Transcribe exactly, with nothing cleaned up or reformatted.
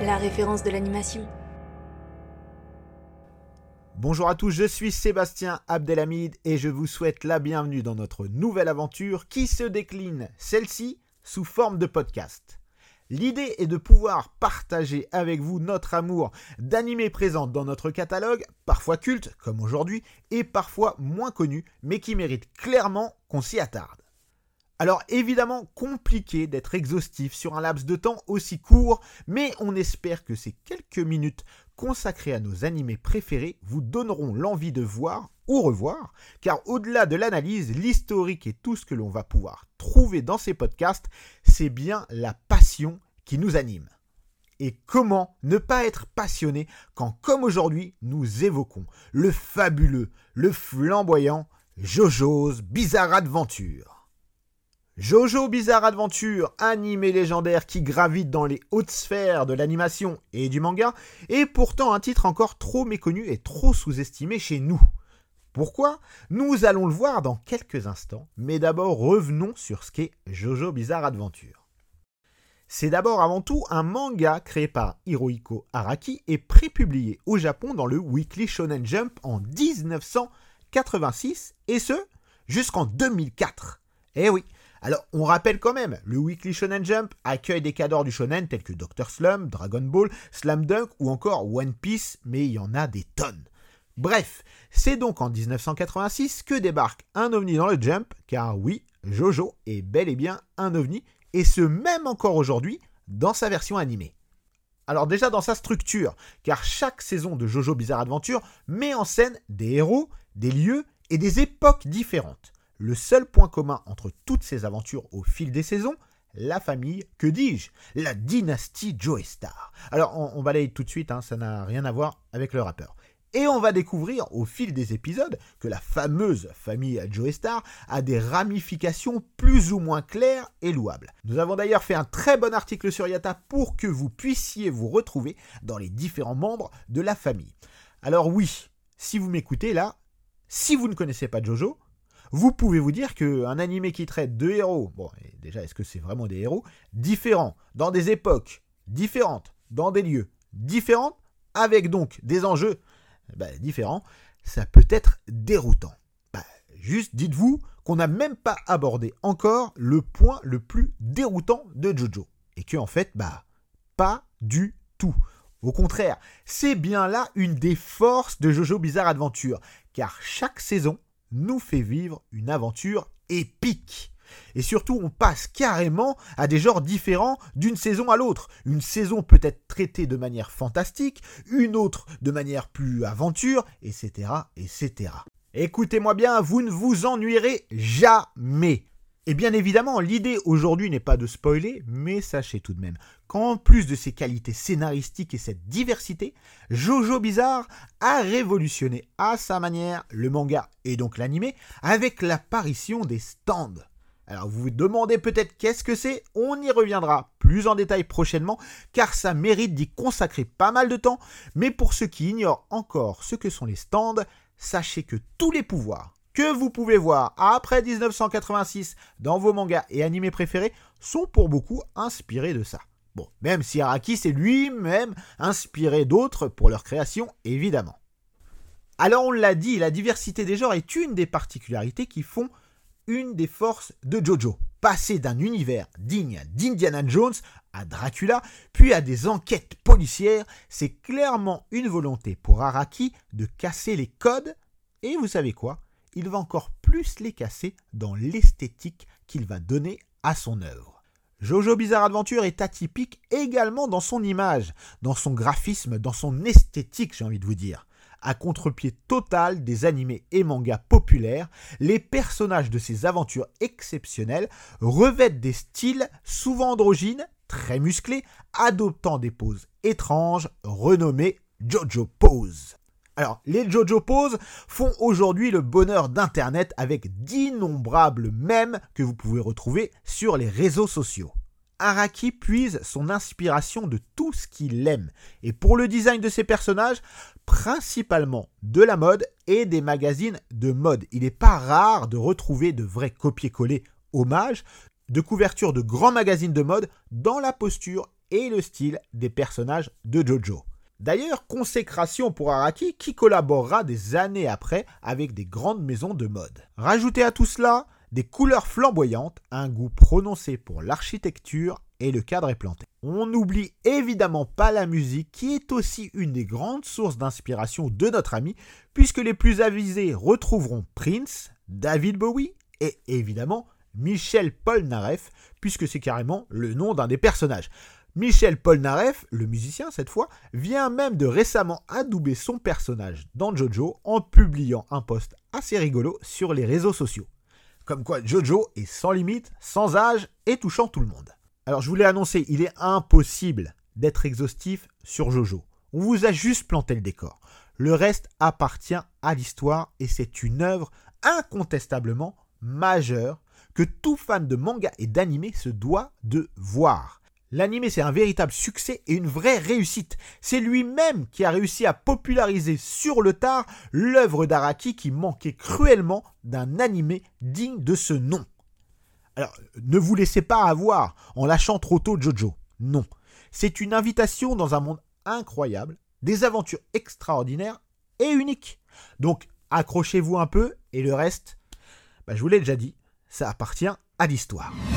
la référence de l'animation. Bonjour à tous, je suis Sébastien Abdelhamid et je vous souhaite la bienvenue dans notre nouvelle aventure qui se décline, celle-ci, sous forme de podcast. L'idée est de pouvoir partager avec vous notre amour d'animés présents dans notre catalogue, parfois cultes, comme aujourd'hui, et parfois moins connus, mais qui méritent clairement qu'on s'y attarde. Alors évidemment, compliqué d'être exhaustif sur un laps de temps aussi court, mais on espère que ces quelques minutes consacrées à nos animés préférés vous donneront l'envie de voir ou revoir, car au-delà de l'analyse, l'historique et tout ce que l'on va pouvoir trouver dans ces podcasts, c'est bien la passion qui nous anime. Et comment ne pas être passionné quand, comme aujourd'hui, nous évoquons le fabuleux, le flamboyant JoJo's Bizarre Adventure. JoJo Bizarre Adventure, animé légendaire qui gravite dans les hautes sphères de l'animation et du manga, est pourtant un titre encore trop méconnu et trop sous-estimé chez nous. Pourquoi ? Nous allons le voir dans quelques instants, mais d'abord revenons sur ce qu'est JoJo Bizarre Adventure. C'est d'abord avant tout un manga créé par Hirohiko Araki et prépublié au Japon dans le Weekly Shonen Jump en dix-neuf cent quatre-vingt-six, et ce, jusqu'en deux mille quatre. Eh oui. Alors, on rappelle quand même, le Weekly Shonen Jump accueille des cadors du shonen tels que docteur Slump, Dragon Ball, Slam Dunk ou encore One Piece, mais il y en a des tonnes. Bref, c'est donc en dix-neuf cent quatre-vingt-six que débarque un ovni dans le Jump, car oui, JoJo est bel et bien un ovni, et ce même encore aujourd'hui, dans sa version animée. Alors déjà dans sa structure, car chaque saison de JoJo Bizarre Adventure met en scène des héros, des lieux et des époques différentes. Le seul point commun entre toutes ces aventures au fil des saisons, la famille, que dis-je, la dynastie Joestar. Alors on, on balaye tout de suite, hein, ça n'a rien à voir avec le rappeur. Et on va découvrir au fil des épisodes que la fameuse famille Joestar a des ramifications plus ou moins claires et louables. Nous avons d'ailleurs fait un très bon article sur Yata pour que vous puissiez vous retrouver dans les différents membres de la famille. Alors oui, si vous m'écoutez là, si vous ne connaissez pas JoJo, vous pouvez vous dire qu'un animé qui traite de héros, bon, et déjà, est-ce que c'est vraiment des héros, différents, dans des époques différentes, dans des lieux différents, avec donc des enjeux bah, différents, ça peut être déroutant. Bah, juste dites-vous qu'on n'a même pas abordé encore le point le plus déroutant de JoJo. Et que en fait, bah, pas du tout. Au contraire, c'est bien là une des forces de JoJo Bizarre Adventure, car chaque saison nous fait vivre une aventure épique. Et surtout, on passe carrément à des genres différents d'une saison à l'autre. Une saison peut être traitée de manière fantastique, une autre de manière plus aventure, et cetera, et cetera. Écoutez-moi bien, vous ne vous ennuierez jamais. Et bien évidemment, l'idée aujourd'hui n'est pas de spoiler, mais sachez tout de même qu'en plus de ses qualités scénaristiques et cette diversité, JoJo Bizarre a révolutionné à sa manière le manga et donc l'animé avec l'apparition des stands. Alors vous vous demandez peut-être qu'est-ce que c'est, on y reviendra plus en détail prochainement car ça mérite d'y consacrer pas mal de temps, mais pour ceux qui ignorent encore ce que sont les stands, sachez que tous les pouvoirs que vous pouvez voir après dix-neuf cent quatre-vingt-six dans vos mangas et animés préférés sont pour beaucoup inspirés de ça. Bon, même si Araki s'est lui-même inspiré d'autres pour leur création, évidemment. Alors on l'a dit, la diversité des genres est une des particularités qui font une des forces de JoJo. Passer d'un univers digne d'Indiana Jones à Dracula, puis à des enquêtes policières, c'est clairement une volonté pour Araki de casser les codes, et vous savez quoi ? Il va encore plus les casser dans l'esthétique qu'il va donner à son œuvre. JoJo Bizarre Adventure est atypique également dans son image, dans son graphisme, dans son esthétique, j'ai envie de vous dire. À contre-pied total des animés et mangas populaires, les personnages de ces aventures exceptionnelles revêtent des styles souvent androgynes, très musclés, adoptant des poses étranges, renommées JoJo Pose. Alors, les JoJo Pose font aujourd'hui le bonheur d'Internet avec d'innombrables mèmes que vous pouvez retrouver sur les réseaux sociaux. Araki puise son inspiration de tout ce qu'il aime, et pour le design de ses personnages, principalement de la mode et des magazines de mode. Il n'est pas rare de retrouver de vrais copier-coller hommages de couvertures de grands magazines de mode dans la posture et le style des personnages de JoJo. D'ailleurs, consécration pour Araki qui collaborera des années après avec des grandes maisons de mode. Rajoutez à tout cela des couleurs flamboyantes, un goût prononcé pour l'architecture et le cadre est planté. On n'oublie évidemment pas la musique qui est aussi une des grandes sources d'inspiration de notre ami puisque les plus avisés retrouveront Prince, David Bowie et évidemment Michel Polnareff puisque c'est carrément le nom d'un des personnages. Michel Polnareff, le musicien cette fois, vient même de récemment adouber son personnage dans JoJo en publiant un post assez rigolo sur les réseaux sociaux. Comme quoi JoJo est sans limite, sans âge et touchant tout le monde. Alors je vous l'ai annoncé, il est impossible d'être exhaustif sur JoJo. On vous a juste planté le décor. Le reste appartient à l'histoire et c'est une œuvre incontestablement majeure que tout fan de manga et d'anime se doit de voir. L'anime, c'est un véritable succès et une vraie réussite. C'est lui-même qui a réussi à populariser sur le tard l'œuvre d'Araki qui manquait cruellement d'un anime digne de ce nom. Alors, ne vous laissez pas avoir en lâchant trop tôt Jojo. Non. C'est une invitation dans un monde incroyable, des aventures extraordinaires et uniques. Donc, accrochez-vous un peu et le reste, bah, je vous l'ai déjà dit, ça appartient à l'histoire.